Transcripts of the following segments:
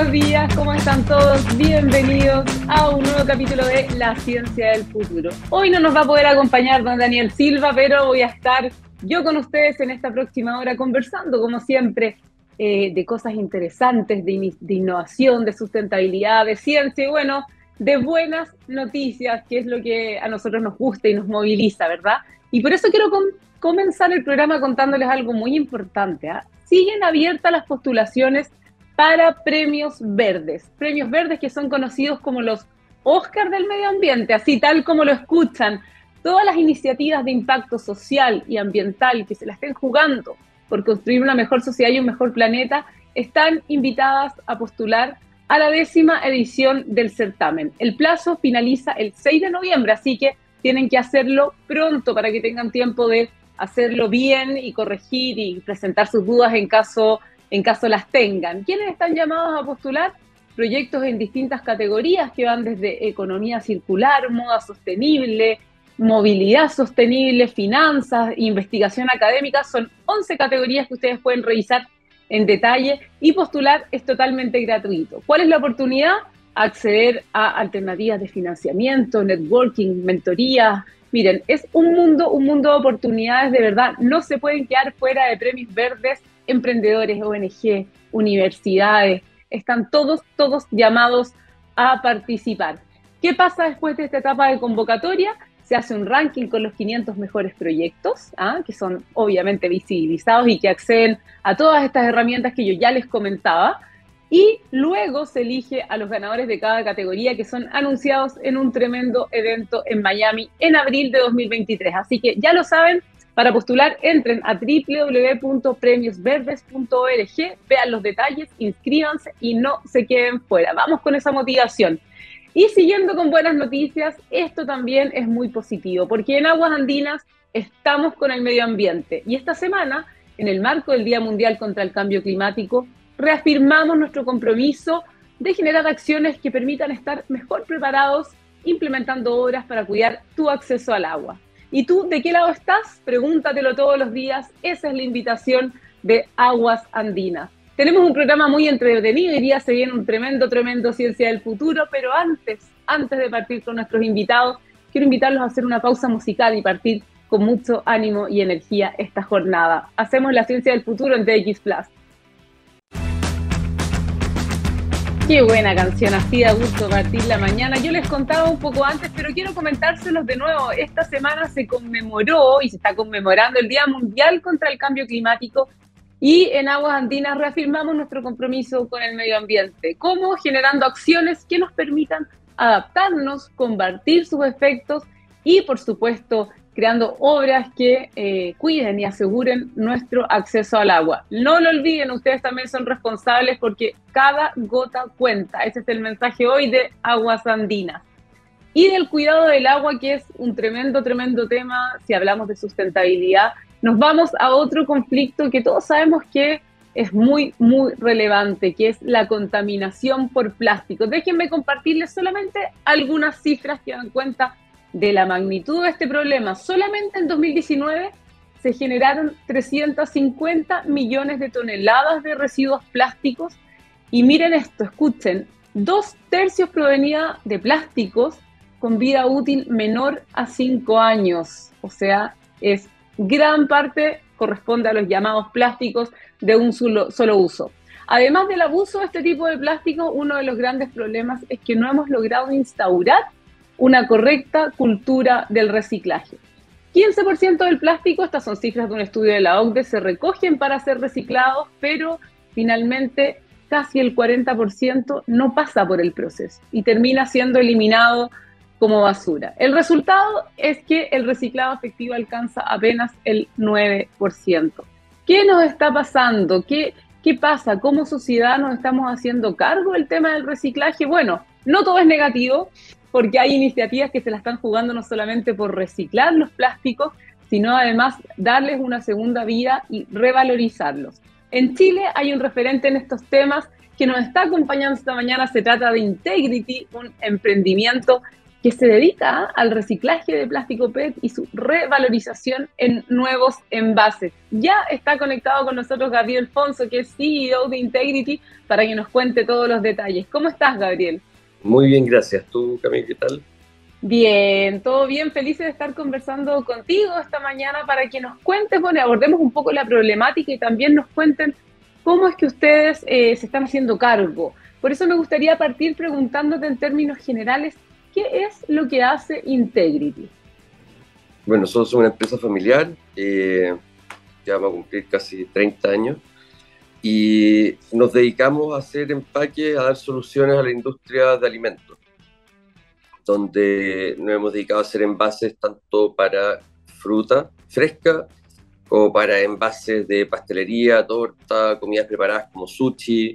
buenos días, ¿cómo están todos? Bienvenidos a un nuevo capítulo de La Ciencia del Futuro. Hoy no nos va a poder acompañar don Daniel Silva, pero voy a estar yo con ustedes en esta próxima hora conversando, como siempre, de cosas interesantes, de innovación, de sustentabilidad, de ciencia y bueno, de buenas noticias, que es lo que a nosotros nos gusta y nos moviliza, ¿verdad? Y por eso quiero comenzar el programa contándoles algo muy importante, ¿eh? Siguen abiertas las postulaciones para premios verdes que son conocidos como los Oscar del medio ambiente, así tal como lo escuchan. Todas las iniciativas de impacto social y ambiental que se la estén jugando por construir una mejor sociedad y un mejor planeta están invitadas a postular a la 10ª edición del certamen. El plazo finaliza el 6 de noviembre, así que tienen que hacerlo pronto para que tengan tiempo de hacerlo bien y corregir y presentar sus dudas en caso las tengan. ¿Quiénes están llamados a postular? Proyectos en distintas categorías que van desde economía circular, moda sostenible, movilidad sostenible, finanzas, investigación académica. Son 11 categorías que ustedes pueden revisar en detalle y postular es totalmente gratuito. ¿Cuál es la oportunidad? Acceder a alternativas de financiamiento, networking, mentorías. Miren, es un mundo de oportunidades, de verdad. No se pueden quedar fuera de premios verdes. Emprendedores, ONG, universidades, están todos llamados a participar. ¿Qué pasa después de esta etapa de convocatoria? Se hace un ranking con los 500 mejores proyectos, que son obviamente visibilizados y que acceden a todas estas herramientas que yo ya les comentaba, y luego se elige a los ganadores de cada categoría que son anunciados en un tremendo evento en Miami en abril de 2023. Así que ya lo saben. Para postular, entren a www.premiosverdes.org, vean los detalles, inscríbanse y no se queden fuera. Vamos con esa motivación. Y siguiendo con buenas noticias, esto también es muy positivo, porque en Aguas Andinas estamos con el medio ambiente. Y esta semana, en el marco del Día Mundial contra el Cambio Climático, reafirmamos nuestro compromiso de generar acciones que permitan estar mejor preparados, implementando obras para cuidar tu acceso al agua. ¿Y tú de qué lado estás? Pregúntatelo todos los días. Esa es la invitación de Aguas Andinas. Tenemos un programa muy entretenido. Hoy día se viene un tremendo Ciencia del Futuro. Pero antes de partir con nuestros invitados, quiero invitarlos a hacer una pausa musical y partir con mucho ánimo y energía esta jornada. Hacemos la Ciencia del Futuro en TX Plus. Qué buena canción, así da gusto partir la mañana. Yo les contaba un poco antes, pero quiero comentárselos de nuevo. Esta semana se conmemoró y se está conmemorando el Día Mundial contra el Cambio Climático y en Aguas Andinas reafirmamos nuestro compromiso con el medio ambiente. ¿Cómo? Generando acciones que nos permitan adaptarnos, combatir sus efectos y, por supuesto, creando obras que cuiden y aseguren nuestro acceso al agua. No lo olviden, ustedes también son responsables porque cada gota cuenta. Ese es el mensaje hoy de Aguas Andinas. Y del cuidado del agua, que es un tremendo tema, si hablamos de sustentabilidad, nos vamos a otro conflicto que todos sabemos que es muy relevante, que es la contaminación por plástico. Déjenme compartirles solamente algunas cifras que dan cuenta de la magnitud de este problema. Solamente en 2019 se generaron 350 millones de toneladas de residuos plásticos y miren esto, escuchen, 2/3 provenía de plásticos con vida útil menor a 5 años, o sea, es gran parte corresponde a los llamados plásticos de un solo uso. Además del abuso de este tipo de plástico, uno de los grandes problemas es que no hemos logrado instaurar una correcta cultura del reciclaje. 15% del plástico, estas son cifras de un estudio de la OCDE, se recogen para ser reciclados, pero finalmente casi el 40% no pasa por el proceso y termina siendo eliminado como basura. El resultado es que el reciclado efectivo alcanza apenas el 9%. ¿Qué nos está pasando? ¿Qué pasa? ¿Cómo sociedad nos estamos haciendo cargo del tema del reciclaje? Bueno, no todo es negativo, porque hay iniciativas que se la están jugando no solamente por reciclar los plásticos, sino además darles una segunda vida y revalorizarlos. En Chile hay un referente en estos temas que nos está acompañando esta mañana. Se trata de Integrity, un emprendimiento que se dedica al reciclaje de plástico PET y su revalorización en nuevos envases. Ya está conectado con nosotros Gabriel Fonso, que es CEO de Integrity, para que nos cuente todos los detalles. ¿Cómo estás, Gabriel? Muy bien, gracias. ¿Tú, Camille, qué tal? Bien, todo bien, felices de estar conversando contigo esta mañana para que nos cuentes, bueno, abordemos un poco la problemática y también nos cuenten cómo es que ustedes se están haciendo cargo. Por eso me gustaría partir preguntándote en términos generales, ¿qué es lo que hace Integrity? Bueno, somos una empresa familiar, ya vamos a cumplir casi 30 años y nos dedicamos a hacer empaques, a dar soluciones a la industria de alimentos, donde nos hemos dedicado a hacer envases tanto para fruta fresca como para envases de pastelería, torta, comidas preparadas como sushi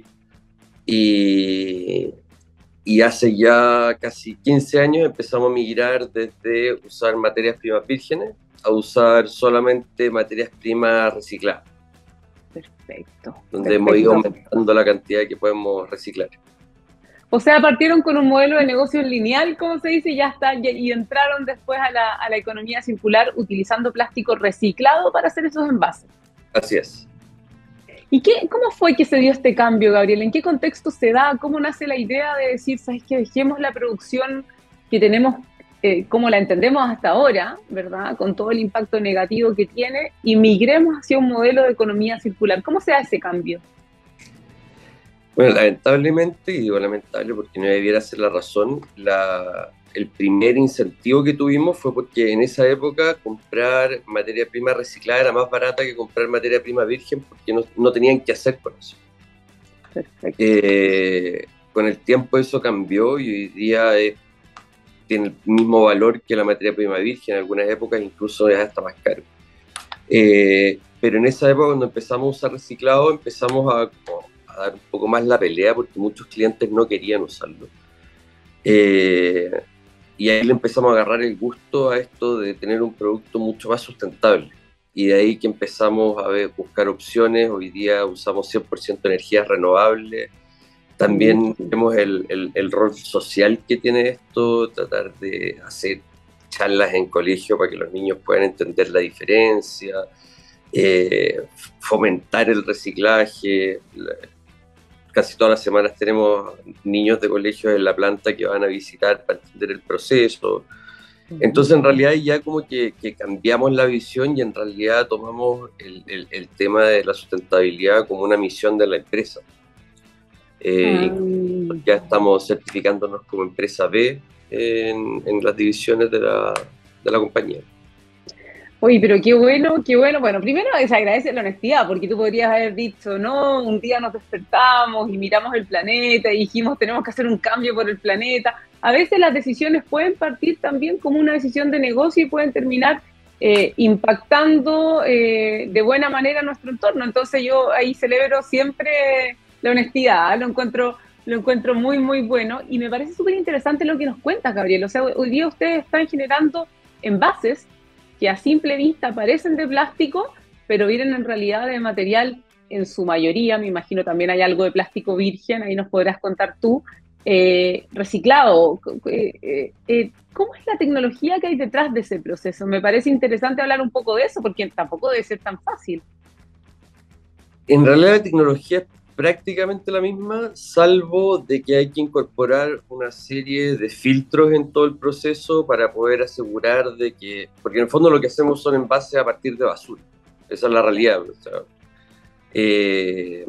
y, y hace ya casi 15 años empezamos a migrar desde usar materias primas vírgenes a usar solamente materias primas recicladas, Perfecto, donde hemos ido perfecto. aumentando la cantidad que podemos reciclar. O sea, partieron con un modelo de negocio lineal, como se dice, y ya está, y entraron después a la economía circular utilizando plástico reciclado para hacer esos envases. Así es. ¿Y cómo fue que se dio este cambio, Gabriel? ¿En qué contexto se da? ¿Cómo nace la idea de decir, sabes que dejemos la producción que tenemos, como la entendemos hasta ahora, ¿verdad? Con todo el impacto negativo que tiene, y migremos hacia un modelo de economía circular? ¿Cómo se da ese cambio? Bueno, lamentablemente, y digo lamentable porque no debiera ser la razón, el primer incentivo que tuvimos fue porque en esa época comprar materia prima reciclada era más barata que comprar materia prima virgen porque no tenían qué hacer con eso. Perfecto. Con el tiempo eso cambió y hoy día tiene el mismo valor que la materia prima virgen, en algunas épocas incluso es hasta más caro. Pero en esa época cuando empezamos a usar reciclado empezamos a dar un poco más la pelea porque muchos clientes no querían usarlo. Eh, y ahí le empezamos a agarrar el gusto a esto de tener un producto mucho más sustentable. Y de ahí que empezamos a buscar opciones. Hoy día usamos 100% energías renovables. También Buenísimo. vemos el rol social que tiene esto, tratar de hacer charlas en colegio para que los niños puedan entender la diferencia, fomentar el reciclaje. Casi todas las semanas tenemos niños de colegio en la planta que van a visitar para entender el proceso. Entonces, en Buenísimo. realidad, ya como que cambiamos la visión y en realidad tomamos el tema de la sustentabilidad como una misión de la empresa. Ah. Incluso ya estamos certificándonos como empresa B en las divisiones de la compañía. Oye, pero qué bueno, qué bueno. Bueno, primero se agradece la honestidad, porque tú podrías haber dicho, no, un día nos despertamos y miramos el planeta y dijimos, tenemos que hacer un cambio por el planeta. A veces las decisiones pueden partir también como una decisión de negocio y pueden terminar impactando de buena manera nuestro entorno. Entonces yo ahí celebro siempre la honestidad, ¿eh? Lo encuentro muy, muy bueno y me parece súper interesante lo que nos cuentas, Gabriel. O sea, hoy día ustedes están generando envases que a simple vista parecen de plástico, pero vienen en realidad de material en su mayoría, me imagino también hay algo de plástico virgen, ahí nos podrás contar tú, reciclado. ¿Cómo es la tecnología que hay detrás de ese proceso? Me parece interesante hablar un poco de eso, porque tampoco debe ser tan fácil. En realidad la tecnología es prácticamente la misma, salvo de que hay que incorporar una serie de filtros en todo el proceso para poder asegurar de que, porque en el fondo lo que hacemos son envases a partir de basura, esa es la realidad. O sea, eh,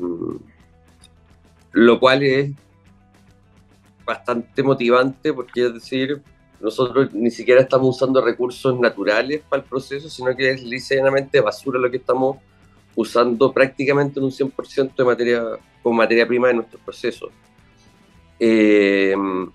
lo cual es bastante motivante porque es decir, nosotros ni siquiera estamos usando recursos naturales para el proceso, sino que es ligeramente basura lo que estamos usando prácticamente en un 100% de materia, como materia prima de nuestro proceso. Eh,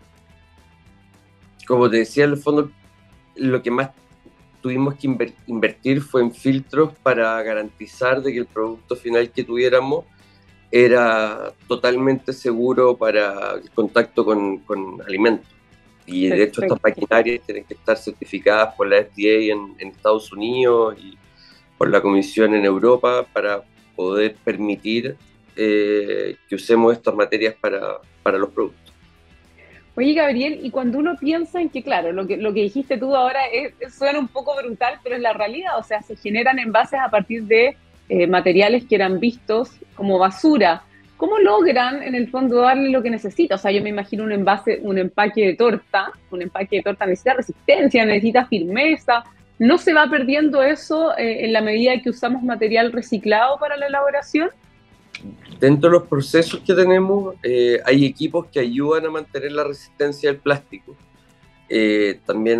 Como te decía, en el fondo, lo que más tuvimos que invertir fue en filtros para garantizar de que el producto final que tuviéramos era totalmente seguro para el contacto con alimentos. Y de hecho estas Perfecto. maquinarias tienen que estar certificadas por la FDA en Estados Unidos y por la Comisión en Europa para poder permitir que usemos estas materias para los productos. Oye, Gabriel, y cuando uno piensa en que, claro, lo que dijiste tú ahora suena un poco brutal, pero es la realidad, o sea, se generan envases a partir de materiales que eran vistos como basura. ¿Cómo logran, en el fondo, darle lo que necesita? O sea, yo me imagino un envase, un empaque de torta necesita resistencia, necesita firmeza. ¿No se va perdiendo eso en la medida que usamos material reciclado para la elaboración? Dentro de los procesos que tenemos, hay equipos que ayudan a mantener la resistencia del plástico. También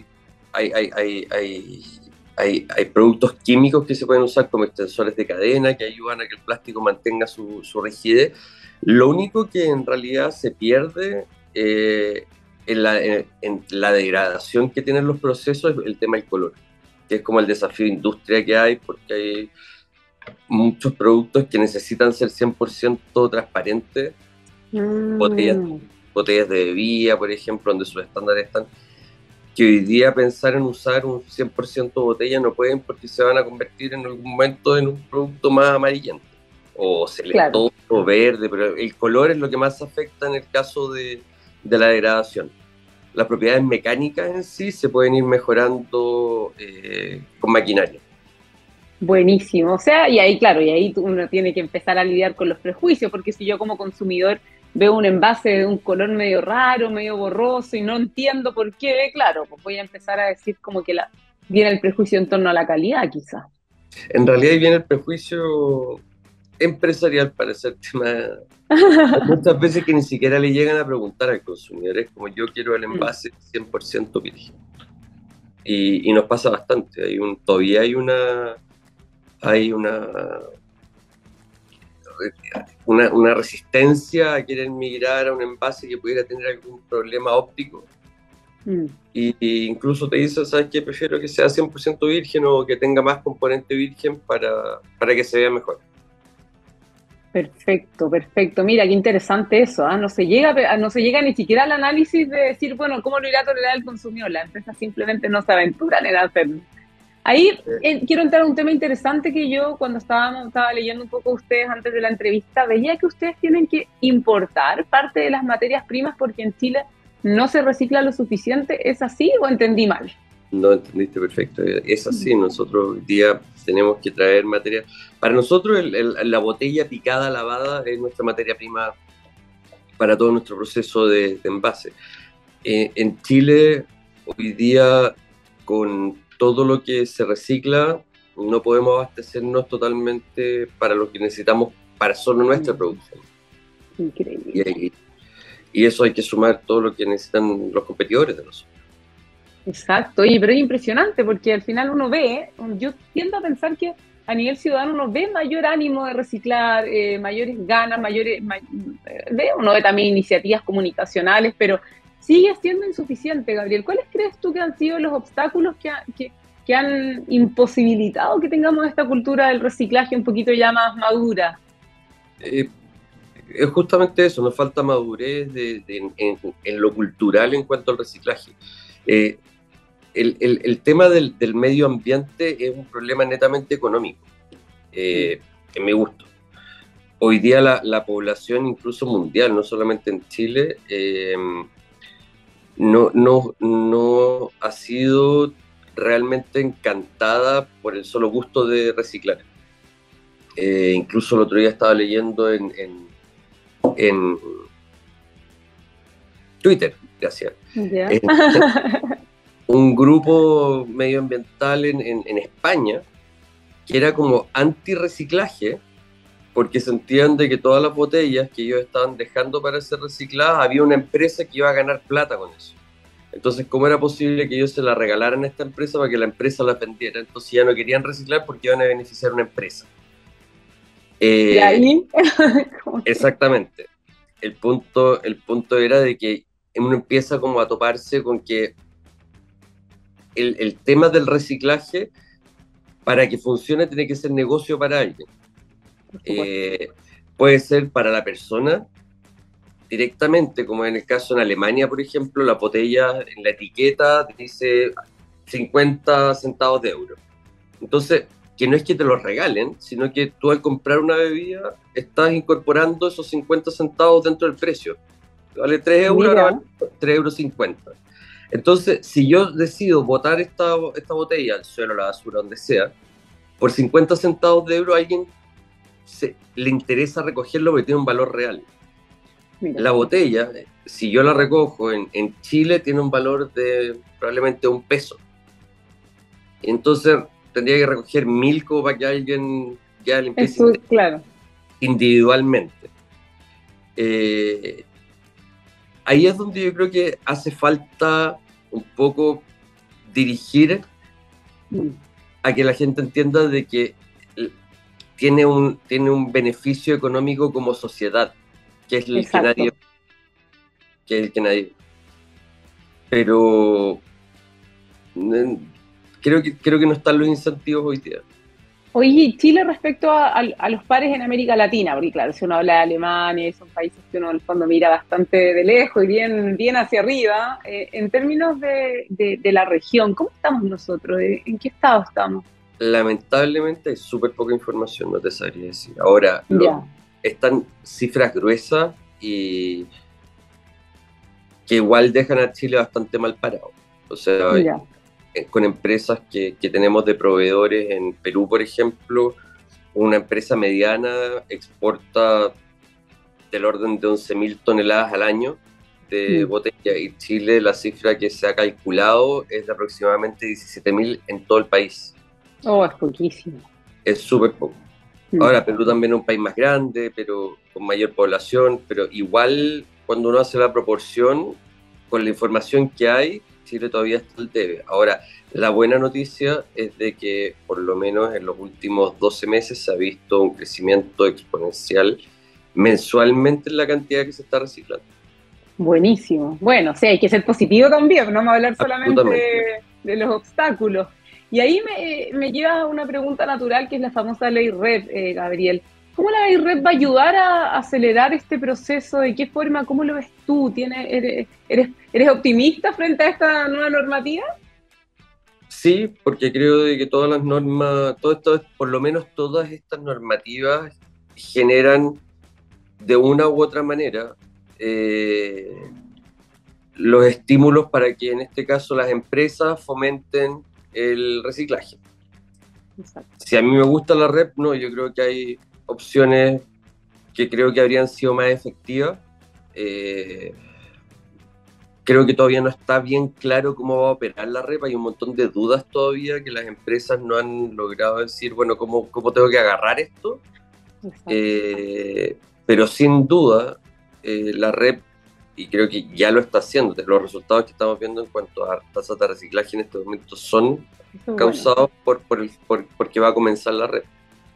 hay productos químicos que se pueden usar como extensores de cadena que ayudan a que el plástico mantenga su rigidez. Lo único que en realidad se pierde en la degradación que tienen los procesos es el tema del color, que es como el desafío de industria que hay, porque hay muchos productos que necesitan ser 100% transparentes, botellas, Mm, botellas de bebida, por ejemplo, donde sus estándares están, que hoy día pensar en usar un 100% botella no pueden porque se van a convertir en algún momento en un producto más amarillento, o claro. celentoso, o verde, pero el color es lo que más afecta en el caso de la degradación. Las propiedades mecánicas en sí se pueden ir mejorando con maquinaria. Buenísimo. O sea, y ahí, claro, y ahí uno tiene que empezar a lidiar con los prejuicios, porque si yo como consumidor veo un envase de un color medio raro, medio borroso y no entiendo por qué, claro, pues voy a empezar a decir como que viene el prejuicio en torno a la calidad, quizás. En realidad ahí viene el prejuicio empresarial para ese tema. Hay muchas veces que ni siquiera le llegan a preguntar al consumidor, es como yo quiero el envase 100% virgen. Y nos pasa bastante, todavía hay una resistencia a querer migrar a un envase que pudiera tener algún problema óptico. Mm. Y incluso te dice, ¿sabes qué? Prefiero que sea 100% virgen o que tenga más componente virgen para que se vea mejor. Perfecto, perfecto. Mira, qué interesante eso, ¿ah? No se llega ni siquiera al análisis de decir, bueno, ¿cómo lo irá a tolerar el consumidor? Las empresas simplemente no se aventuran en hacerlo. Ahí quiero entrar a un tema interesante que yo cuando estaba leyendo un poco ustedes antes de la entrevista, veía que ustedes tienen que importar parte de las materias primas porque en Chile no se recicla lo suficiente. ¿Es así o entendí mal? No entendiste perfecto. Es así, nosotros hoy día tenemos que traer materia. Para nosotros la botella picada, lavada, es nuestra materia prima para todo nuestro proceso de envase. En Chile, hoy día, con todo lo que se recicla, no podemos abastecernos totalmente para lo que necesitamos para solo nuestra Mm, producción. increíble. Y, y eso hay que sumar todo lo que necesitan los competidores de nosotros. Exacto, oye, pero es impresionante porque al final uno ve, yo tiendo a pensar que a nivel ciudadano uno ve mayor ánimo de reciclar, mayores ganas, uno ve también iniciativas comunicacionales, pero sigue siendo insuficiente, Gabriel. ¿Cuáles crees tú que han sido los obstáculos que han imposibilitado que tengamos esta cultura del reciclaje un poquito ya más madura? Eh, es justamente eso, nos falta madurez en lo cultural en cuanto al reciclaje. Eh, el tema del medio ambiente es un problema netamente económico, Mm, en mi gusto. Hoy día la población, incluso mundial, no solamente en Chile, no ha sido realmente encantada por el solo gusto de reciclar. Incluso el otro día estaba leyendo en Twitter, gracias, ya. eh, un grupo medioambiental en España que era como anti-reciclaje, porque sentían de que todas las botellas que ellos estaban dejando para ser recicladas, había una empresa que iba a ganar plata con eso. Entonces, ¿cómo era posible que ellos se la regalaran a esta empresa para que la empresa la vendiera? Entonces ya no querían reciclar porque iban a beneficiar a una empresa. Y Eh, ahí, como que, exactamente. El punto era de que uno empieza como a toparse con que el tema del reciclaje, para que funcione, tiene que ser negocio para alguien. por supuesto. Eh, Puede ser para la persona directamente, como en el caso en Alemania, por ejemplo, la botella en la etiqueta dice 50 centavos de euro. Entonces, que no es que te lo regalen, sino que tú al comprar una bebida estás incorporando esos 50 centavos dentro del precio. vale 3 euros, ahora Mira, vale 3,50 euros. Entonces, si yo decido botar esta botella al suelo, a la basura, donde sea, por 50 centavos de euro a alguien le interesa recogerlo porque tiene un valor real. mira, La botella, si yo la recojo en Chile, tiene un valor de probablemente $1. Entonces, tendría que recoger 1.000 como para que alguien ya le empiece a eso, interesar claro, individualmente. Eh, Ahí es donde yo creo que hace falta un poco dirigir mm, a que la gente entienda de que tiene un beneficio económico como sociedad, que es el que nadie, exacto. que es el que nadie. Pero mm, creo que no están los incentivos hoy día. Oye, Chile respecto a los pares en América Latina, porque claro, si uno habla de Alemania, son países que uno en el fondo mira bastante de lejos y bien hacia arriba, en términos de la región, ¿cómo estamos nosotros? ¿En qué estado estamos? Lamentablemente hay súper poca información, no te sabría decir. Ahora, Ya, están cifras gruesas y que igual dejan a Chile bastante mal parado. O sea, ya. con empresas que tenemos de proveedores en Perú, por ejemplo, una empresa mediana exporta del orden de 11.000 toneladas al año de Mm. botella, y Chile la cifra que se ha calculado es de aproximadamente 17.000 en todo el país. Oh, es poquísimo. Es súper poco. Mm. Ahora, Perú también es un país más grande, pero con mayor población, pero igual cuando uno hace la proporción con la información que hay, Chile todavía está al debe. Ahora, la buena noticia es de que por lo menos en los últimos 12 meses se ha visto un crecimiento exponencial mensualmente en la cantidad que se está reciclando. Buenísimo. Bueno, sí, hay que ser positivo también, no vamos a hablar solamente Absolutamente. de los obstáculos. Y ahí me lleva a una pregunta natural que es la famosa ley REP, Gabriel. ¿Cómo la ley REP va a ayudar a acelerar este proceso? ¿De qué forma? ¿Cómo lo ves tú? ¿Eres optimista frente a esta nueva normativa? Sí, porque creo de que todas las normas, todo esto, por lo menos todas estas normativas generan de una u otra manera eh, los estímulos para que en este caso las empresas fomenten el reciclaje. Exacto. Si a mí me gusta la REP, no, yo creo que hay opciones que creo que habrían sido más efectivas. Eh, Creo que todavía no está bien claro cómo va a operar la REP, hay un montón de dudas todavía que las empresas no han logrado decir, bueno, ¿cómo tengo que agarrar esto? Exacto. Eh, pero sin duda, la REP, y creo que ya lo está haciendo, los resultados que estamos viendo en cuanto a tasas de reciclaje en estos momentos son Eso es bueno. causados porque va a comenzar la REP.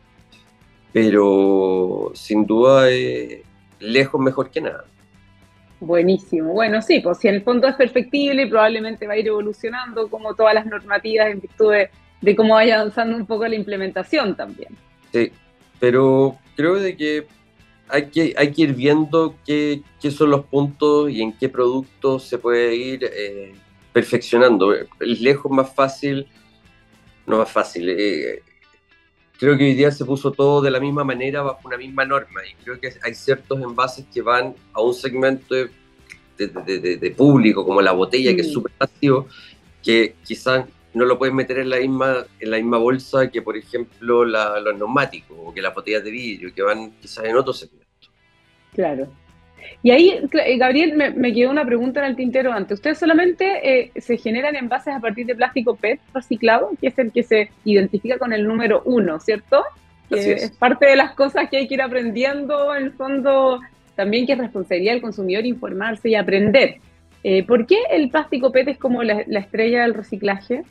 Pero sin duda, lejos mejor que nada. Buenísimo. Bueno, sí, pues si en el fondo es perfectible y probablemente va a ir evolucionando como todas las normativas en virtud de cómo vaya avanzando un poco la implementación también. Sí, pero creo de que hay que ir viendo qué son los puntos y en qué productos se puede ir perfeccionando. Es lejos más fácil, no más fácil. Creo que hoy día se puso todo de la misma manera bajo una misma norma, y creo que hay ciertos envases que van a un segmento de público, como la botella, que es Mm, súper masivo, que quizás no lo puedes meter en la misma bolsa que, por ejemplo, los neumáticos o que las botellas de vidrio, que van quizás en otro segmento. claro. Y ahí, Gabriel, me quedó una pregunta en el tintero antes. ¿Ustedes solamente se generan envases a partir de plástico PET reciclado, que es el que se identifica con el número uno, ¿cierto? Así Que es es. parte de las cosas que hay que ir aprendiendo, en el fondo, también que es responsabilidad del consumidor informarse y aprender. ¿Por qué el plástico PET es como la estrella del reciclaje?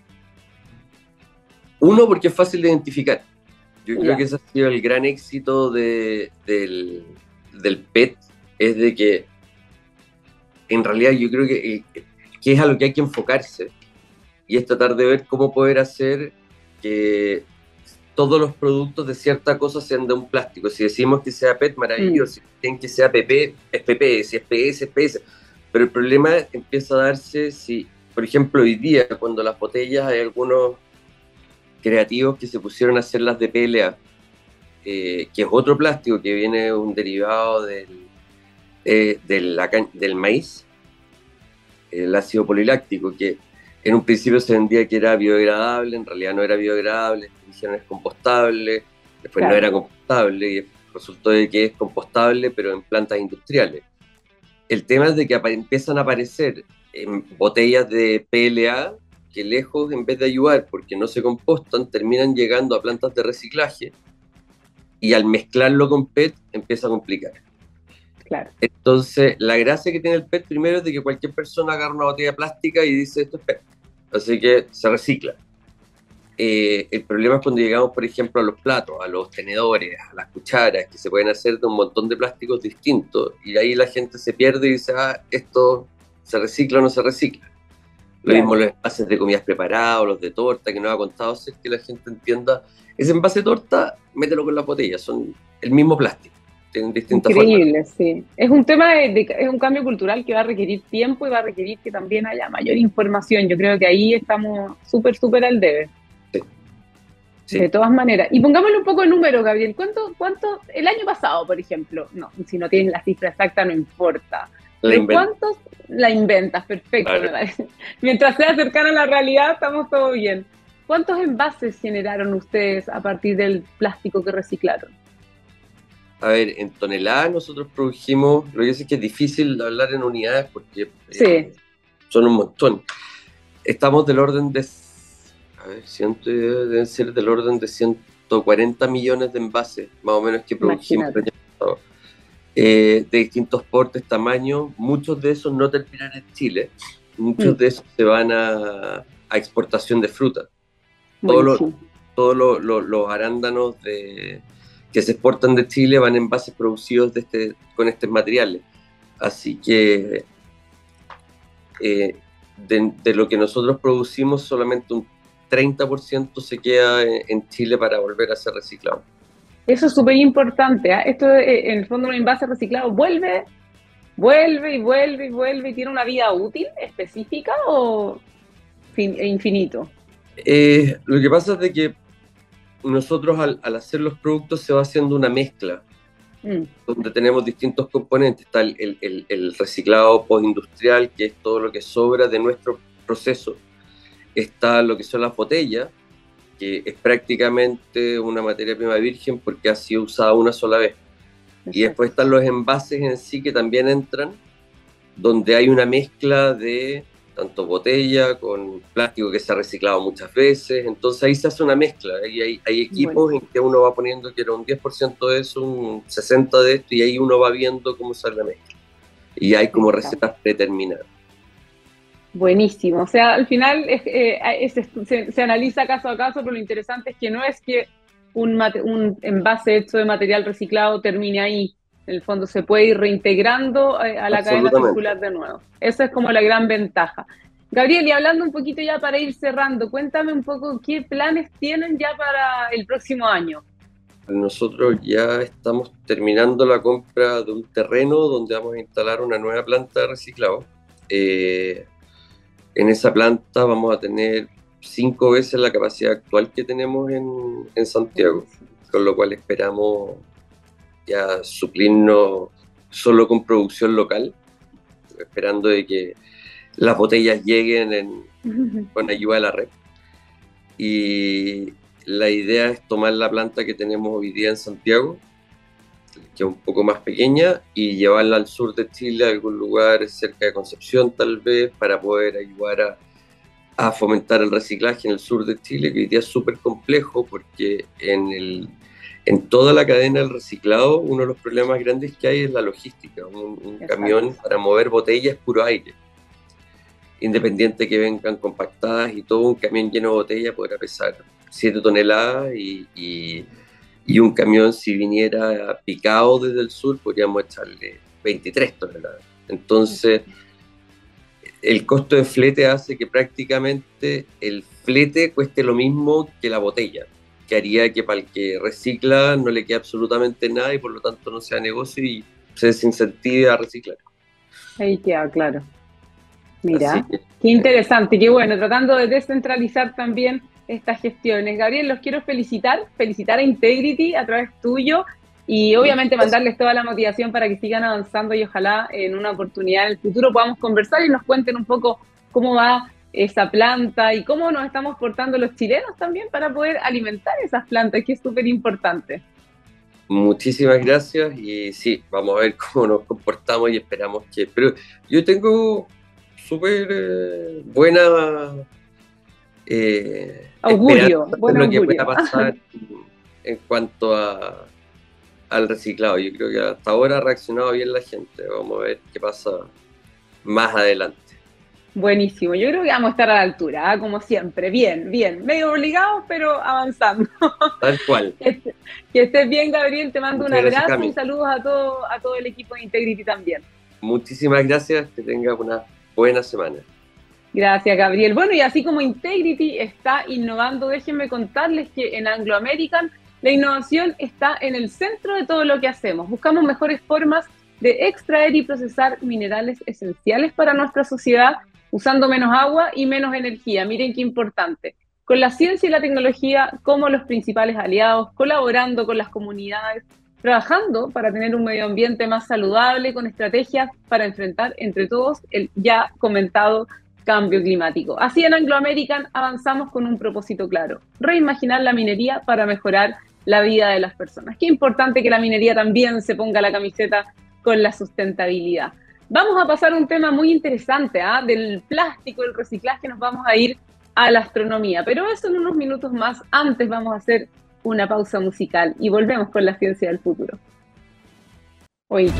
Uno, porque es fácil de identificar. Yo creo que Ya, ese ha sido el gran éxito del PET, es de que en realidad yo creo que es a lo que hay que enfocarse, y es tratar de ver cómo poder hacer que todos los productos de cierta cosa sean de un plástico. Si decimos que sea PET, mm, maravilloso. Si quieren que sea PP, es PP. Si es PS, es PS. Pero el problema empieza a darse si, por ejemplo, hoy día, cuando las botellas, hay algunos creativos que se pusieron a hacerlas de PLA, que es otro plástico que viene un derivado del maíz, el ácido poliláctico, que en un principio se vendía que era biodegradable, en realidad no era biodegradable, dijeron es compostable, después no era compostable, y resultó de que es compostable, pero en plantas industriales. El tema es de que empiezan a aparecer en botellas de PLA que lejos, en vez de ayudar, porque no se compostan, terminan llegando a plantas de reciclaje y al mezclarlo con PET empieza a complicar. Claro. Entonces, la gracia que tiene el PET primero es de que cualquier persona agarra una botella plástica y dice esto es PET, así que se recicla. El problema es cuando llegamos, por ejemplo, a los platos, a los tenedores, a las cucharas, que se pueden hacer de un montón de plásticos distintos, y ahí la gente se pierde y dice, esto se recicla o no se recicla. Lo mismo los envases de comidas preparadas, los de torta, que nos ha contado hacer que la gente entienda, ese envase de torta, mételo con la botella, son el mismo plástico, tienen distintas formas. Increíble, sí. Es un tema, es un cambio cultural que va a requerir tiempo y va a requerir que también haya mayor información. Yo creo que ahí estamos súper al debe. Sí. De todas maneras. Y pongámosle un poco de número, Gabriel. ¿Cuánto el año pasado, por ejemplo? No, si no tienes la cifra exacta no importa. ¿De cuántos la inventas? Perfecto, me parece. Mientras sea cercana a la realidad, estamos todo bien. ¿Cuántos envases generaron ustedes a partir del plástico que reciclaron? A ver, en toneladas nosotros produjimos, lo que es que es difícil hablar en unidades porque son un montón. Estamos del orden de, deben ser del orden de 140 millones de envases, más o menos, que produjimos el año pasado. De distintos portes, tamaños, muchos de esos no terminan en Chile, muchos de esos se van a exportación de fruta. Todos los arándanos que se exportan de Chile van en envases producidos con estos materiales. Así que de lo que nosotros producimos, solamente un 30% se queda en Chile para volver a ser reciclado. Eso es súper importante. Esto, en el fondo, un envase reciclado vuelve y tiene una vida útil específica o infinito. Lo que pasa es de que nosotros al hacer los productos se va haciendo una mezcla donde tenemos distintos componentes. Está el reciclado postindustrial, que es todo lo que sobra de nuestro proceso. Está lo que son las botellas, que es prácticamente una materia prima virgen porque ha sido usada una sola vez. Y después están los envases en sí que también entran, donde hay una mezcla de tanto botella con plástico que se ha reciclado muchas veces. Entonces ahí se hace una mezcla. Hay equipos en que uno va poniendo que era un 10% de eso, un 60% de esto, y ahí uno va viendo cómo sale la mezcla. Y hay como recetas predeterminadas. Buenísimo. O sea, al final se analiza caso a caso, pero lo interesante es que no es que un envase hecho de material reciclado termine ahí. En el fondo se puede ir reintegrando a la cadena circular de nuevo. Esa es como la gran ventaja. Gabriel, y hablando un poquito ya para ir cerrando, cuéntame un poco qué planes tienen ya para el próximo año. Nosotros ya estamos terminando la compra de un terreno donde vamos a instalar una nueva planta de reciclado. En esa planta vamos a tener 5 veces la capacidad actual que tenemos en Santiago, con lo cual esperamos ya suplirnos solo con producción local, esperando de que las botellas lleguen con ayuda de la red. Y la idea es tomar la planta que tenemos hoy día en Santiago, que es un poco más pequeña, y llevarla al sur de Chile, a algún lugar cerca de Concepción tal vez, para poder ayudar a fomentar el reciclaje en el sur de Chile, que hoy día es súper complejo porque en toda la cadena del reciclado, uno de los problemas grandes que hay es la logística. Un camión para mover botellas es puro aire. Independiente que vengan compactadas y todo, un camión lleno de botellas podrá pesar 7 toneladas y un camión, si viniera picado desde el sur, podríamos echarle 23 toneladas. Entonces, el costo de flete hace que prácticamente el flete cueste lo mismo que la botella, que haría que para el que recicla no le quede absolutamente nada y por lo tanto no sea negocio y se desincentive a reciclar. Ahí queda claro. Mira, qué interesante, qué bueno, tratando de descentralizar también estas gestiones. Gabriel, los quiero felicitar a Integrity a través tuyo. Y obviamente mandarles toda la motivación para que sigan avanzando y ojalá en una oportunidad en el futuro podamos conversar y nos cuenten un poco cómo va esa planta y cómo nos estamos portando los chilenos también para poder alimentar esas plantas, que es súper importante. Muchísimas gracias y sí, vamos a ver cómo nos comportamos y esperamos que... Pero yo tengo súper buena esperanza Augurio, de buen lo que pueda augurio. pasar en cuanto al reciclado. Yo creo que hasta ahora ha reaccionado bien la gente. Vamos a ver qué pasa más adelante. Buenísimo, yo creo que vamos a estar a la altura, ¿eh? Como siempre, bien, bien, medio obligados, pero avanzando. Tal cual. Que estés bien, Gabriel, te mando un Muchas gracias, abrazo y Cami. saludos a todo el equipo de Integrity también. Muchísimas gracias. Que tengas una buena semana. Gracias, Gabriel. Bueno, y así como Integrity está innovando, déjenme contarles que en Anglo American la innovación está en el centro de todo lo que hacemos. Buscamos mejores formas de extraer y procesar minerales esenciales para nuestra sociedad, usando menos agua y menos energía. Miren qué importante. Con la ciencia y la tecnología como los principales aliados, colaborando con las comunidades, trabajando para tener un medio ambiente más saludable, con estrategias para enfrentar entre todos el ya comentado cambio climático. Así en Anglo American avanzamos con un propósito claro: reimaginar la minería para mejorar la vida de las personas. Qué importante que la minería también se ponga la camiseta con la sustentabilidad. Vamos a pasar a un tema muy interesante, ¿eh? Del plástico, el reciclaje, nos vamos a ir a la astronomía, pero eso en unos minutos más. Antes vamos a hacer una pausa musical y volvemos con la ciencia del futuro. Oye,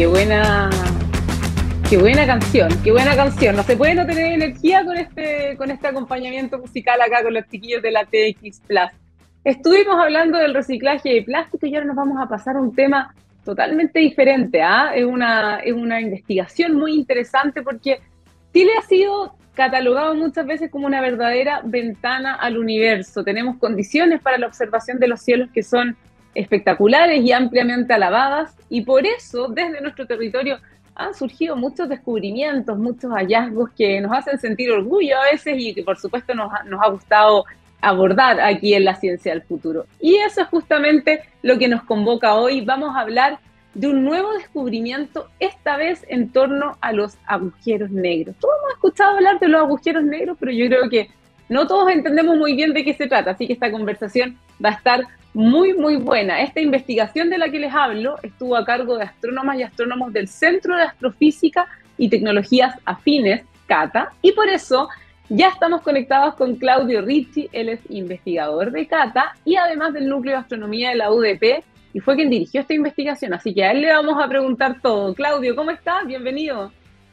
qué buena canción, qué buena canción. No se puede no tener energía con este acompañamiento musical acá con los chiquillos de la TX Plus. Estuvimos hablando del reciclaje de plástico y ahora nos vamos a pasar a un tema totalmente diferente. Es una investigación muy interesante porque Chile ha sido catalogado muchas veces como una verdadera ventana al universo. Tenemos condiciones para la observación de los cielos que son espectaculares y ampliamente alabadas, y por eso desde nuestro territorio han surgido muchos descubrimientos, muchos hallazgos que nos hacen sentir orgullo a veces y que por supuesto nos ha gustado abordar aquí en la ciencia del futuro. Y eso es justamente lo que nos convoca hoy. Vamos a hablar de un nuevo descubrimiento, esta vez en torno a los agujeros negros. Todos hemos escuchado hablar de los agujeros negros, pero yo creo que no todos entendemos muy bien de qué se trata, así que esta conversación va a estar muy, muy buena. Esta investigación de la que les hablo estuvo a cargo de astrónomas y astrónomos del Centro de Astrofísica y Tecnologías Afines, CATA, y por eso ya estamos conectados con Claudio Ricci. Él es investigador de CATA y además del Núcleo de Astronomía de la UDP, y fue quien dirigió esta investigación, así que a él le vamos a preguntar todo. Claudio, ¿cómo estás? Bienvenido.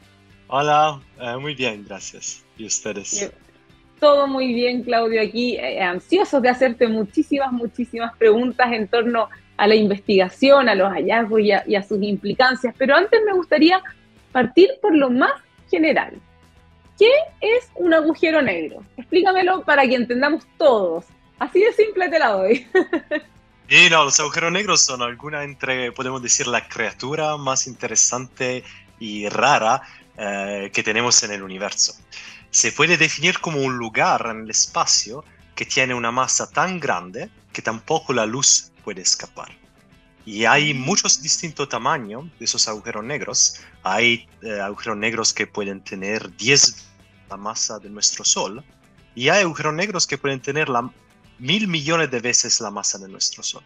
Hola, muy bien, gracias. ¿Y ustedes? Todo muy bien, Claudio, aquí ansiosos de hacerte muchísimas, muchísimas preguntas en torno a la investigación, a los hallazgos y a sus implicancias. Pero antes me gustaría partir por lo más general. ¿Qué es un agujero negro? Explícamelo para que entendamos todos. Así de simple te la doy. Y no, los agujeros negros son alguna entre, podemos decir, la criatura más interesante y rara que tenemos en el universo. Se puede definir como un lugar en el espacio que tiene una masa tan grande que tampoco la luz puede escapar. Y hay muchos distintos tamaños de esos agujeros negros. Hay agujeros negros que pueden tener 10 la masa de nuestro Sol, y hay agujeros negros que pueden tener 1.000 millones de veces la masa de nuestro Sol.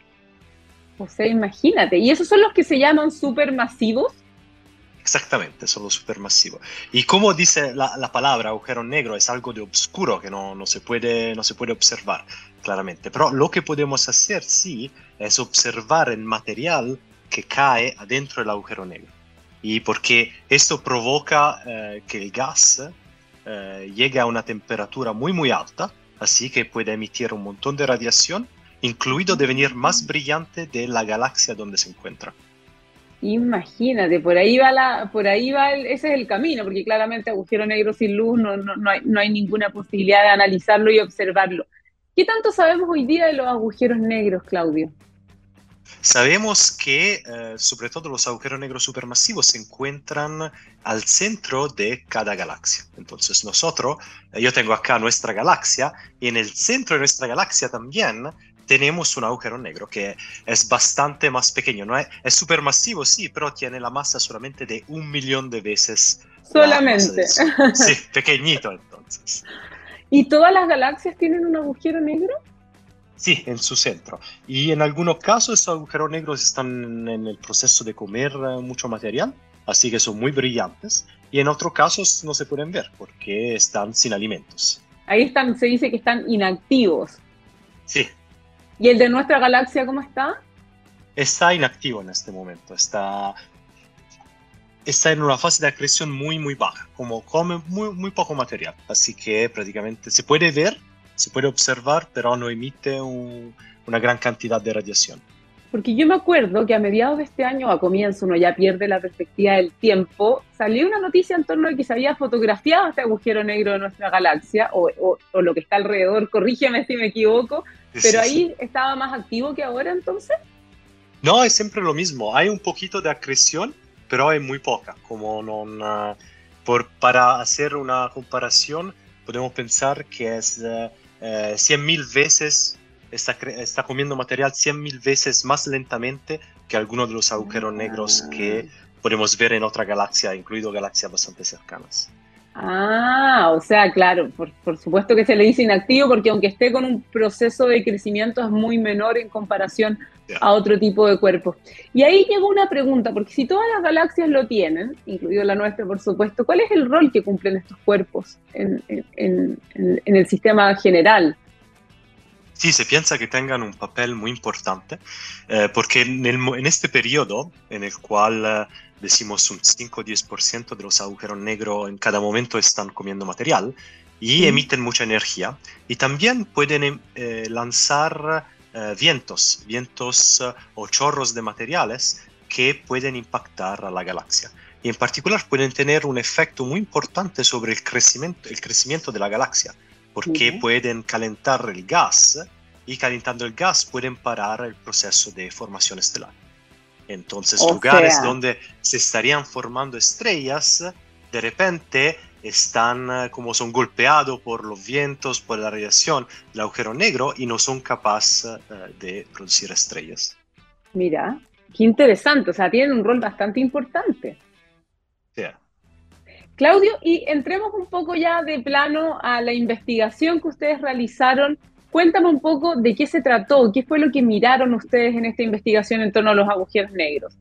O sea, imagínate. ¿Y esos son los que se llaman supermasivos? Exactamente, son los supermasivos. Y como dice la palabra agujero negro, es algo de oscuro que no se puede observar claramente. Pero lo que podemos hacer, sí, es observar el material que cae adentro del agujero negro. Y porque esto provoca que el gas llegue a una temperatura muy, muy alta, así que puede emitir un montón de radiación, incluido devenir más brillante de la galaxia donde se encuentra. Imagínate, ese es el camino, porque claramente agujero negro sin luz no hay ninguna posibilidad de analizarlo y observarlo. ¿Qué tanto sabemos hoy día de los agujeros negros, Claudio? Sabemos que, sobre todo los agujeros negros supermasivos, se encuentran al centro de cada galaxia. Entonces yo tengo acá nuestra galaxia, y en el centro de nuestra galaxia también tenemos un agujero negro que es bastante más pequeño, ¿no? Es supermasivo, sí, pero tiene la masa solamente de 1 millón de veces la masa Solamente. del Sol. Sí, pequeñito entonces. ¿Y todas las galaxias tienen un agujero negro? Sí, en su centro. Y en algunos casos estos agujeros negros están en el proceso de comer mucho material, así que son muy brillantes. Y en otros casos no se pueden ver porque están sin alimentos. Ahí están, se dice que están inactivos. Sí, ¿Y el de nuestra galaxia cómo está? está inactivo en este momento. Está en una fase de acreción muy, muy baja, como come muy, muy poco material. Así que prácticamente se puede ver, se puede observar, pero no emite una gran cantidad de radiación. Porque yo me acuerdo que a mediados de este año, a comienzo, uno ya pierde la perspectiva del tiempo, salió una noticia en torno a que se había fotografiado este agujero negro de nuestra galaxia, o lo que está alrededor, corrígeme si me equivoco, pero ahí estaba más activo que ahora entonces. No, es siempre lo mismo. Hay un poquito de acreción, pero hay muy poca. Para hacer una comparación, podemos pensar que es 100.000 veces, está comiendo material 100.000 veces más lentamente que algunos de los agujeros negros que podemos ver en otra galaxia, incluido galaxias bastante cercanas. O sea, claro, por supuesto que se le dice inactivo porque aunque esté con un proceso de crecimiento es muy menor en comparación a otro tipo de cuerpos. Y ahí llegó una pregunta, porque si todas las galaxias lo tienen, incluido la nuestra, por supuesto, ¿cuál es el rol que cumplen estos cuerpos en el sistema general? Sí, se piensa que tengan un papel muy importante, porque en este periodo en el cual decimos un 5 o 10% de los agujeros negros en cada momento están comiendo material y emiten mucha energía, y también pueden lanzar vientos o chorros de materiales que pueden impactar a la galaxia. Y en particular pueden tener un efecto muy importante sobre el crecimiento de la galaxia, porque pueden calentar el gas, y calentando el gas pueden parar el proceso de formación estelar. Entonces, lugares donde se estarían formando estrellas, de repente están como son golpeados por los vientos, por la radiación del agujero negro, y no son capaces de producir estrellas. Mira, qué interesante, o sea, tienen un rol bastante importante. Sí. Claudio, y entremos un poco ya de plano a la investigación que ustedes realizaron. Cuéntame un poco de qué se trató, qué fue lo que miraron ustedes en esta investigación en torno a los agujeros negros.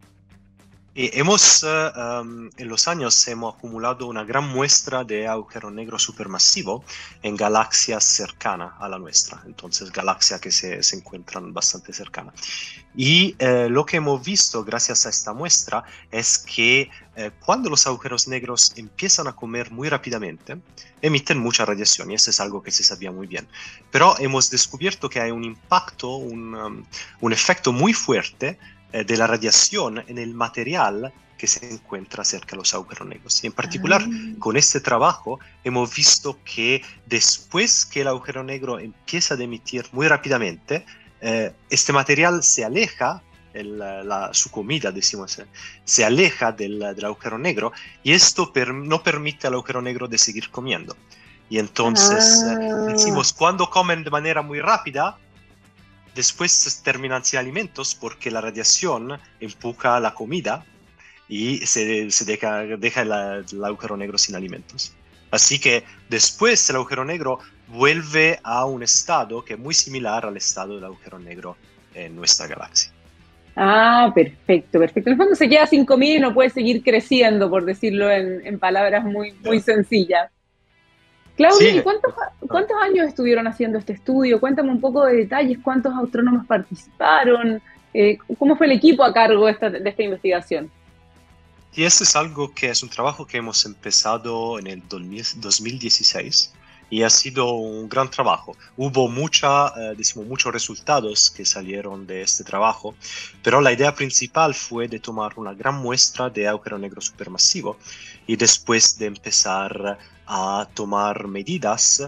En los años hemos acumulado una gran muestra de agujero negro supermasivo en galaxias cercanas a la nuestra, entonces galaxias que se encuentran bastante cercanas. Y lo que hemos visto gracias a esta muestra es que cuando los agujeros negros empiezan a comer muy rápidamente, emiten mucha radiación, y eso es algo que se sabía muy bien. Pero hemos descubierto que hay un impacto, un efecto muy fuerte de la radiación en el material que se encuentra cerca de los agujeros negros. Y en particular, con este trabajo, hemos visto que después que el agujero negro empieza a emitir muy rápidamente, este material se aleja, su comida, decimos, se aleja del agujero negro, y esto no permite al agujero negro de seguir comiendo. Y entonces, decimos, cuando comen de manera muy rápida, después terminan sin alimentos porque la radiación empuja la comida y se deja el agujero negro sin alimentos. Así que después el agujero negro vuelve a un estado que es muy similar al estado del agujero negro en nuestra galaxia. Perfecto. En el fondo se queda sin comida y no puede seguir creciendo, por decirlo en palabras muy sencillas. Claudio, ¿y cuántos años estuvieron haciendo este estudio? Cuéntame un poco de detalles, cuántos astrónomos participaron, cómo fue el equipo a cargo de esta investigación. Y este es algo que es un trabajo que hemos empezado en el 2016 y ha sido un gran trabajo. Hubo muchos resultados que salieron de este trabajo, pero la idea principal fue de tomar una gran muestra de agujero negro supermasivo y después de empezar a tomar medidas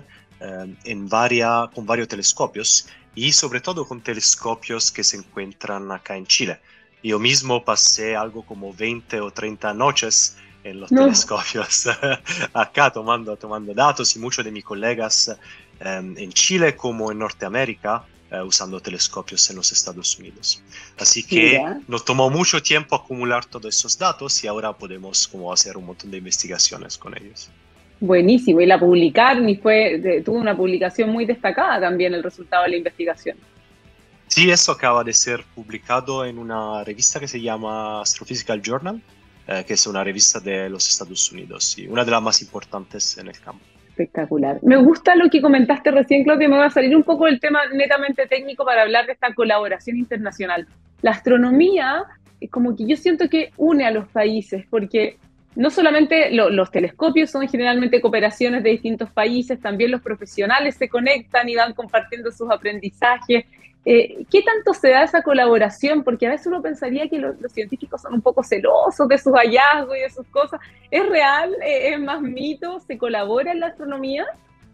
con varios telescopios, y sobre todo con telescopios que se encuentran acá en Chile. Yo mismo pasé algo como 20 o 30 noches en los telescopios acá tomando datos, y muchos de mis colegas en Chile como en Norteamérica usando telescopios en los Estados Unidos. Así que nos tomó mucho tiempo acumular todos esos datos y ahora podemos como hacer un montón de investigaciones con ellos. Buenísimo, y la publicaron y tuvo una publicación muy destacada también el resultado de la investigación. Sí, eso acaba de ser publicado en una revista que se llama Astrophysical Journal, que es una revista de los Estados Unidos y una de las más importantes en el campo. Espectacular. Me gusta lo que comentaste recién, Claudia. Me va a salir un poco del tema netamente técnico para hablar de esta colaboración internacional. La astronomía, como que yo siento que une a los países, porque no solamente los telescopios son generalmente cooperaciones de distintos países, también los profesionales se conectan y van compartiendo sus aprendizajes. ¿Qué tanto se da esa colaboración? Porque a veces uno pensaría que los científicos son un poco celosos de sus hallazgos y de sus cosas. ¿Es real? ¿Es más mito? ¿Se colabora en la astronomía?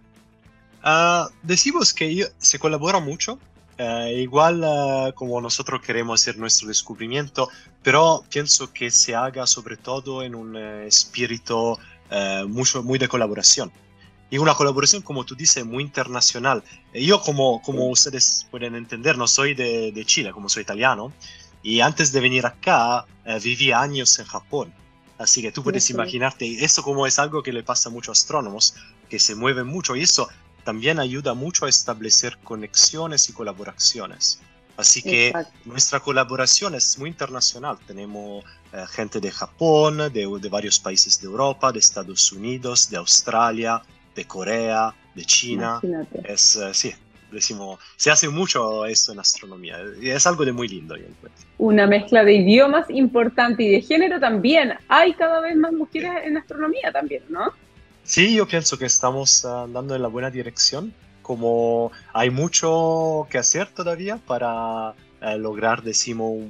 Decimos que se colabora mucho, igual como nosotros queremos hacer nuestro descubrimiento, pero pienso que se haga sobre todo en un espíritu muy de colaboración. Y una colaboración, como tú dices, muy internacional. Yo, como ustedes pueden entender, no soy de Chile, como soy italiano, y antes de venir acá viví años en Japón. Así que tú puedes imaginarte, eso como es algo que le pasa a muchos astrónomos, que se mueven mucho, y eso también ayuda mucho a establecer conexiones y colaboraciones. Así que nuestra colaboración es muy internacional. Tenemos gente de Japón, de varios países de Europa, de Estados Unidos, de Australia, de Corea, de China. Sí, decimos, se hace mucho esto en astronomía. Es algo de muy lindo, yo encuentro. Una mezcla de idiomas importante y de género también. Hay cada vez más mujeres en astronomía también, ¿no? Sí, yo pienso que estamos andando en la buena dirección. Como hay mucho que hacer todavía para lograr, decimos, un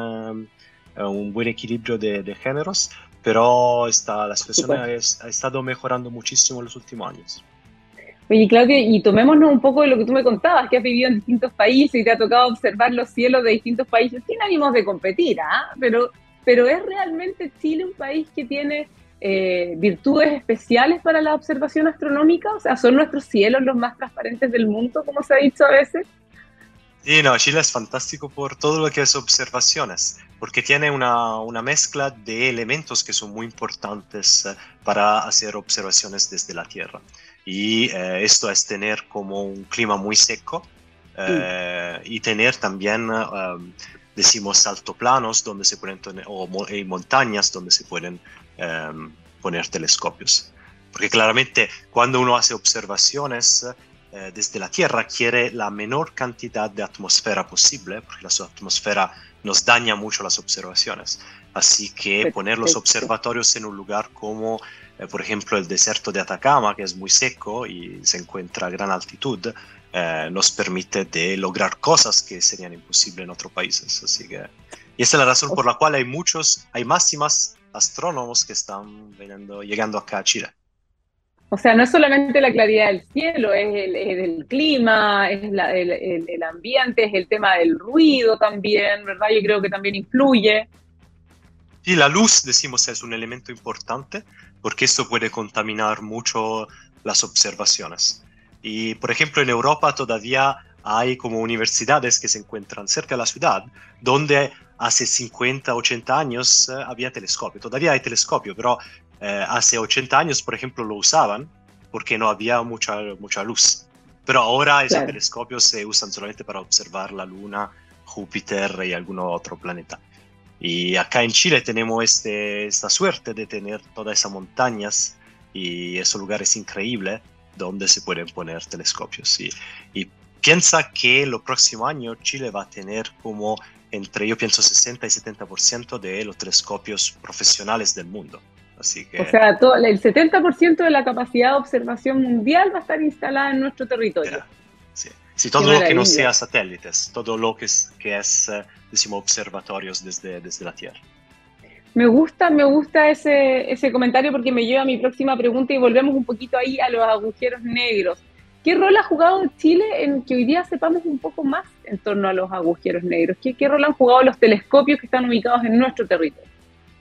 buen equilibrio de géneros, pero la situación ha estado mejorando muchísimo en los últimos años. Oye, Claudia, y tomémonos un poco de lo que tú me contabas, que has vivido en distintos países y te ha tocado observar los cielos de distintos países sin ánimos de competir, pero ¿es realmente Chile un país que tiene virtudes especiales para la observación astronómica? O sea, ¿son nuestros cielos los más transparentes del mundo, como se ha dicho a veces? Sí, no, Chile es fantástico por todo lo que es observaciones, porque tiene una mezcla de elementos que son muy importantes para hacer observaciones desde la Tierra. Y esto es tener como un clima muy seco y tener también, decimos, altoplanos donde se pueden tener, o montañas donde se pueden poner telescopios. Porque claramente cuando uno hace observaciones desde la Tierra quiere la menor cantidad de atmósfera posible, porque la atmósfera nos daña mucho las observaciones. Así que poner los observatorios en un lugar como, por ejemplo, el desierto de Atacama, que es muy seco y se encuentra a gran altitud, nos permite de lograr cosas que serían imposibles en otros países. Así que, y esa es la razón por la cual hay más y más astrónomos que están llegando acá a Chile. O sea, no es solamente la claridad del cielo, es el clima, es el ambiente, es el tema del ruido también, ¿verdad? Yo creo que también influye. Sí, la luz, decimos, es un elemento importante porque esto puede contaminar mucho las observaciones. Y, por ejemplo, en Europa todavía hay como universidades que se encuentran cerca de la ciudad, donde hace 50, 80 años había telescopio. Todavía hay telescopio, pero hace 80 años, por ejemplo, lo usaban porque no había mucha luz. Pero ahora esos telescopios se usan solamente para observar la Luna, Júpiter y algún otro planeta. Y acá en Chile tenemos esta suerte de tener todas esas montañas y esos lugares increíbles donde se pueden poner telescopios. Y piensa que el próximo año Chile va a tener como entre, yo pienso, 60 y 70% de los telescopios profesionales del mundo. Así que, o sea, el 70% de la capacidad de observación mundial va a estar instalada en nuestro territorio. Sí, todo lo que no sea satélites, todo lo que es decimos, observatorios desde la Tierra. Me gusta ese comentario porque me lleva a mi próxima pregunta y volvemos un poquito ahí a los agujeros negros. ¿Qué rol ha jugado Chile en que hoy día sepamos un poco más en torno a los agujeros negros? ¿Qué rol han jugado los telescopios que están ubicados en nuestro territorio?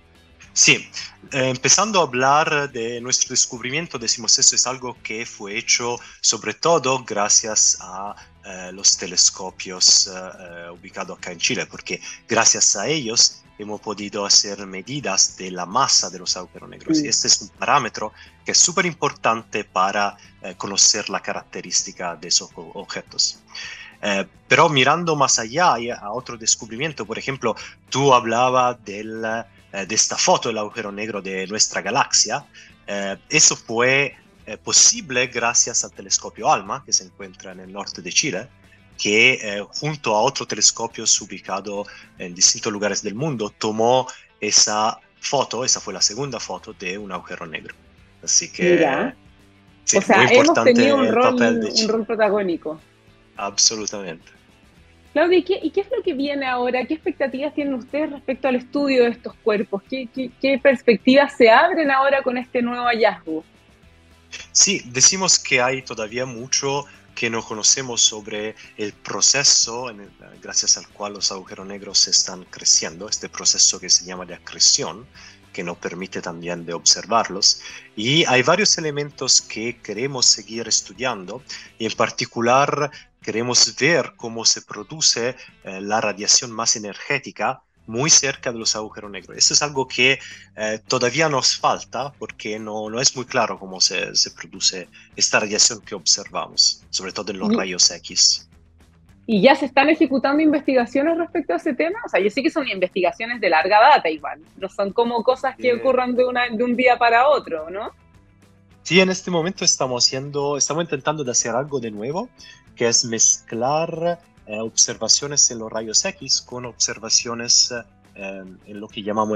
Sí, empezando a hablar de nuestro descubrimiento, decimos eso es algo que fue hecho sobre todo gracias a los telescopios ubicados acá en Chile, porque gracias a ellos hemos podido hacer medidas de la masa de los agujeros negros. Y este es un parámetro que es súper importante para conocer la característica de esos objetos. Pero mirando más allá a otro descubrimiento, por ejemplo, tú hablabas de esta foto del agujero negro de nuestra galaxia. Eso fue posible gracias al telescopio ALMA, que se encuentra en el norte de Chile, que junto a otros telescopios ubicados en distintos lugares del mundo, tomó esa foto, esa fue la segunda foto de un agujero negro. Así que, Mira, sí, o sea, muy hemos importante tenido el papel de un Chile. rol protagónico. Absolutamente. Claudia, ¿y qué es lo que viene ahora? ¿Qué expectativas tienen ustedes respecto al estudio de estos cuerpos? ¿Qué perspectivas se abren ahora con este nuevo hallazgo? Sí, decimos que hay todavía mucho que no conocemos sobre el proceso gracias al cual los agujeros negros están creciendo, este proceso que se llama de acreción, que nos permite también de observarlos. Y hay varios elementos que queremos seguir estudiando y en particular queremos ver cómo se produce la radiación más energética muy cerca de los agujeros negros. Eso es algo que todavía nos falta porque no es muy claro cómo se produce esta radiación que observamos, sobre todo en los ¿Y, rayos X. y ya se están ejecutando investigaciones respecto a ese tema? O sea, yo sé que son investigaciones de larga data igual, no son como cosas que ocurran de un día para otro, ¿no? Sí, en este momento estamos intentando de hacer algo de nuevo, que es mezclar observaciones en los rayos X con observaciones en lo que llamamos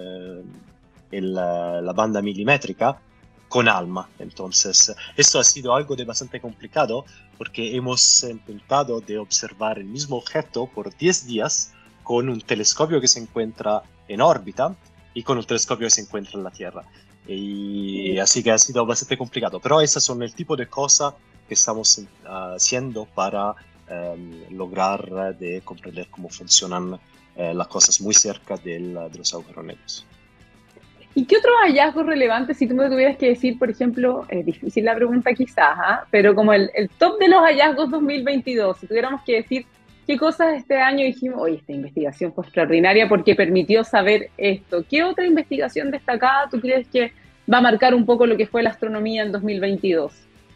la banda milimétrica con ALMA. Entonces, esto ha sido algo de bastante complicado porque hemos intentado de observar el mismo objeto por 10 días con un telescopio que se encuentra en órbita y con un telescopio que se encuentra en la Tierra. Y así que ha sido bastante complicado. Pero esas son el tipo de cosas que estamos haciendo para lograr de comprender cómo funcionan las cosas muy cerca de los agujeros negros. ¿Y qué otros hallazgos relevantes, si tú me tuvieras que decir, por ejemplo, es difícil la pregunta quizás, pero como el top de los hallazgos 2022, si tuviéramos que decir qué cosas este año dijimos, oye, esta investigación fue extraordinaria porque permitió saber esto? ¿Qué otra investigación destacada tú crees que va a marcar un poco lo que fue la astronomía en 2022?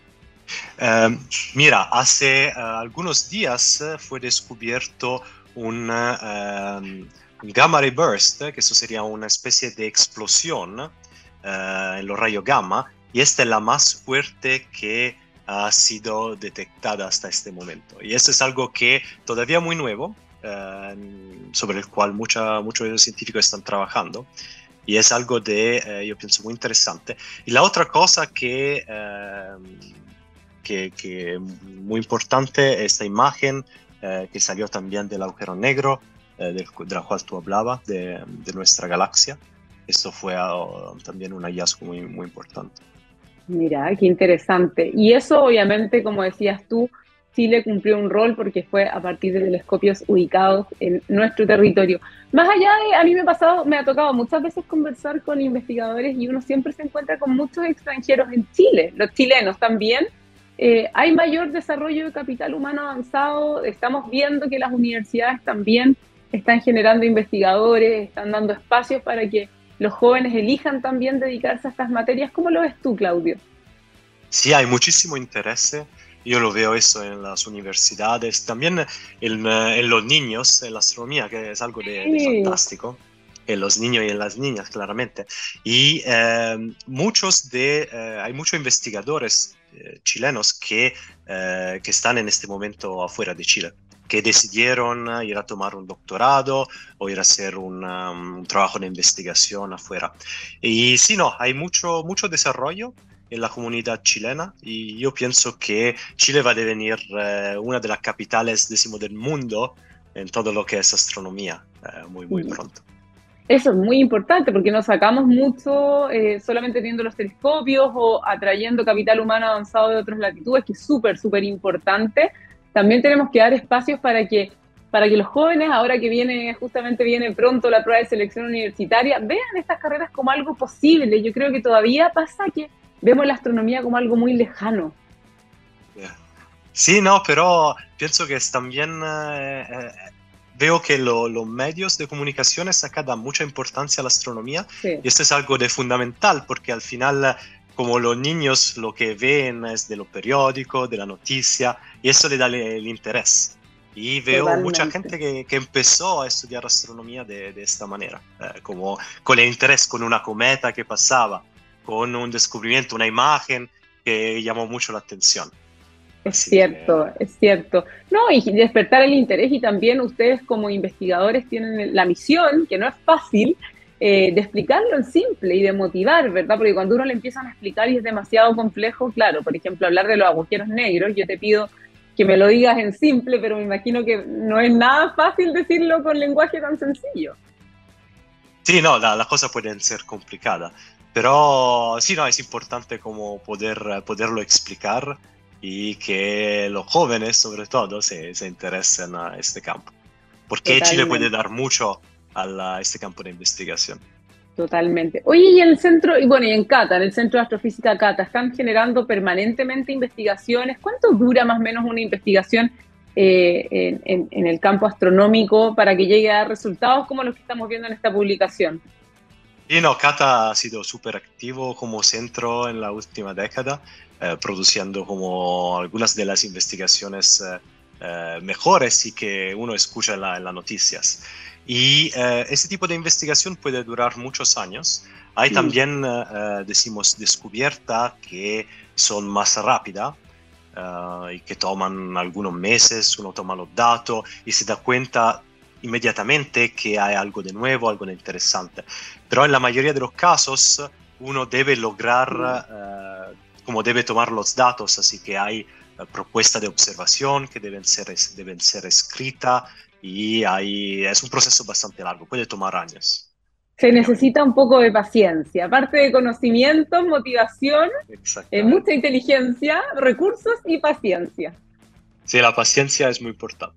Mira, hace algunos días fue descubierto un gamma ray burst, que eso sería una especie de explosión en los rayos gamma, y esta es la más fuerte que ha sido detectada hasta este momento. Y eso es algo que todavía muy nuevo, sobre el cual muchos de los científicos están trabajando. Y es algo yo pienso, muy interesante. Y la otra cosa que muy importante, esta imagen que salió también del agujero negro, de la cual tú hablabas, de nuestra galaxia. Esto fue también un hallazgo muy, muy importante. Mira, qué interesante. Y eso, obviamente, como decías tú, Chile cumplió un rol porque fue a partir de telescopios ubicados en nuestro territorio. Más allá de, a mí me ha tocado muchas veces conversar con investigadores y uno siempre se encuentra con muchos extranjeros en Chile, los chilenos también. Hay mayor desarrollo de capital humano avanzado, estamos viendo que las universidades también están generando investigadores, están dando espacios para que los jóvenes elijan también dedicarse a estas materias. ¿Cómo lo ves tú, Claudio? Sí, hay muchísimo interés. Yo lo veo eso en las universidades, también en los niños, en la astronomía, que es algo de fantástico. En los niños y en las niñas, claramente. Y hay muchos investigadores chilenos que están en este momento afuera de Chile, que decidieron ir a tomar un doctorado o ir a hacer un trabajo de investigación afuera. Y sí, no, hay mucho desarrollo en la comunidad chilena y yo pienso que Chile va a devenir una de las capitales, decimos, del mundo en todo lo que es astronomía muy pronto. Eso es muy importante porque nos sacamos mucho solamente teniendo los telescopios o atrayendo capital humano avanzado de otras latitudes, que es súper importante. También tenemos que dar espacios para que para que los jóvenes, ahora que justamente viene pronto la prueba de selección universitaria, vean estas carreras como algo posible. Yo creo que todavía pasa que vemos la astronomía como algo muy lejano. Sí, no, pero pienso que es también veo que los medios de comunicaciones acá dan mucha importancia a la astronomía, sí. Y esto es algo de fundamental, porque al final, como los niños lo que ven es de los periódicos, de la noticia, y eso le da el interés. Y veo mucha gente que empezó a estudiar astronomía de esta manera, como con el interés, con una cometa que pasaba, con un descubrimiento, una imagen que llamó mucho la atención. Es cierto, es cierto. No, y despertar el interés, y también ustedes como investigadores tienen la misión, que no es fácil, de explicarlo en simple y de motivar, ¿verdad? Porque cuando uno le empiezan a explicar y es demasiado complejo, claro, por ejemplo, hablar de los agujeros negros, yo te pido que me lo digas en simple, pero me imagino que no es nada fácil decirlo con lenguaje tan sencillo. Sí, no, las cosas pueden ser complicadas, pero sí, no, es importante como poderlo explicar y que los jóvenes, sobre todo, se interesen a este campo. Porque Totalmente. Chile puede dar mucho a este campo de investigación. Totalmente. Oye, y en el centro, y bueno, y en Cata, en el Centro de Astrofísica Cata, ¿están generando permanentemente investigaciones? ¿Cuánto dura más o menos una investigación en el campo astronómico para que llegue a dar resultados como los que estamos viendo en esta publicación? Y no, Cata ha sido súper activo como centro en la última década, produciendo como algunas de las investigaciones mejores y que uno escucha en las noticias. Y este tipo de investigación puede durar muchos años. Hay también, decimos, descubiertas que son más rápidas y que toman algunos meses, uno toma los datos y se da cuenta inmediatamente que hay algo de nuevo, algo de interesante. Pero en la mayoría de los casos uno debe lograr, como debe tomar los datos, así que hay propuestas de observación que deben ser escritas y es un proceso bastante largo, puede tomar años. Se necesita un poco de paciencia, aparte de conocimiento, motivación, mucha inteligencia, recursos y paciencia. Sí, la paciencia es muy importante.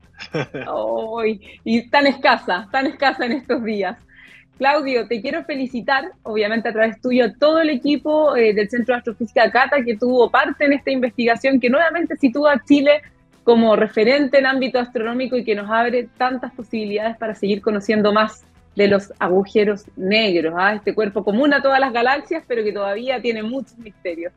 Y tan escasa en estos días. Claudio, te quiero felicitar, obviamente a través tuyo, a todo el equipo del Centro de Astrofísica Cata que tuvo parte en esta investigación, que nuevamente sitúa a Chile como referente en ámbito astronómico y que nos abre tantas posibilidades para seguir conociendo más de los agujeros negros, este cuerpo común a todas las galaxias, pero que todavía tiene muchos misterios.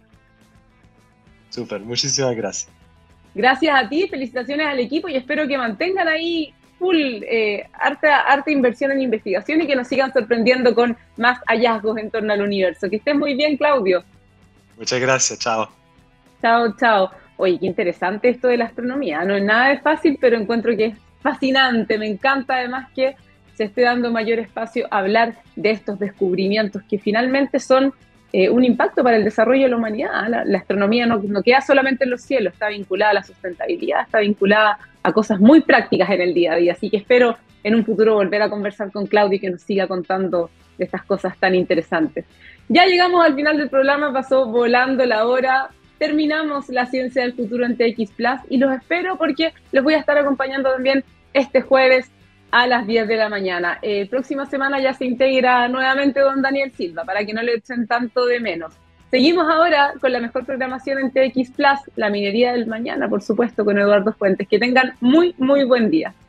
Súper, muchísimas gracias. Gracias a ti, felicitaciones al equipo y espero que mantengan ahí harta inversión en investigación y que nos sigan sorprendiendo con más hallazgos en torno al universo. Que estés muy bien, Claudio. Muchas gracias, chao. Chao, chao. Oye, qué interesante esto de la astronomía. No es nada de fácil, pero encuentro que es fascinante. Me encanta además que se esté dando mayor espacio a hablar de estos descubrimientos que finalmente son un impacto para el desarrollo de la humanidad. La astronomía no queda solamente en los cielos, está vinculada a la sustentabilidad, está vinculada a cosas muy prácticas en el día a día. Así que espero en un futuro volver a conversar con Claudio y que nos siga contando de estas cosas tan interesantes. Ya llegamos al final del programa, pasó volando la hora. Terminamos la ciencia del futuro en TX Plus y los espero porque los voy a estar acompañando también este jueves a las 10 de la mañana. Próxima semana ya se integra nuevamente don Daniel Silva, para que no le echen tanto de menos. Seguimos ahora con la mejor programación en TX Plus, la minería del mañana, por supuesto, con Eduardo Fuentes. Que tengan muy, muy buen día.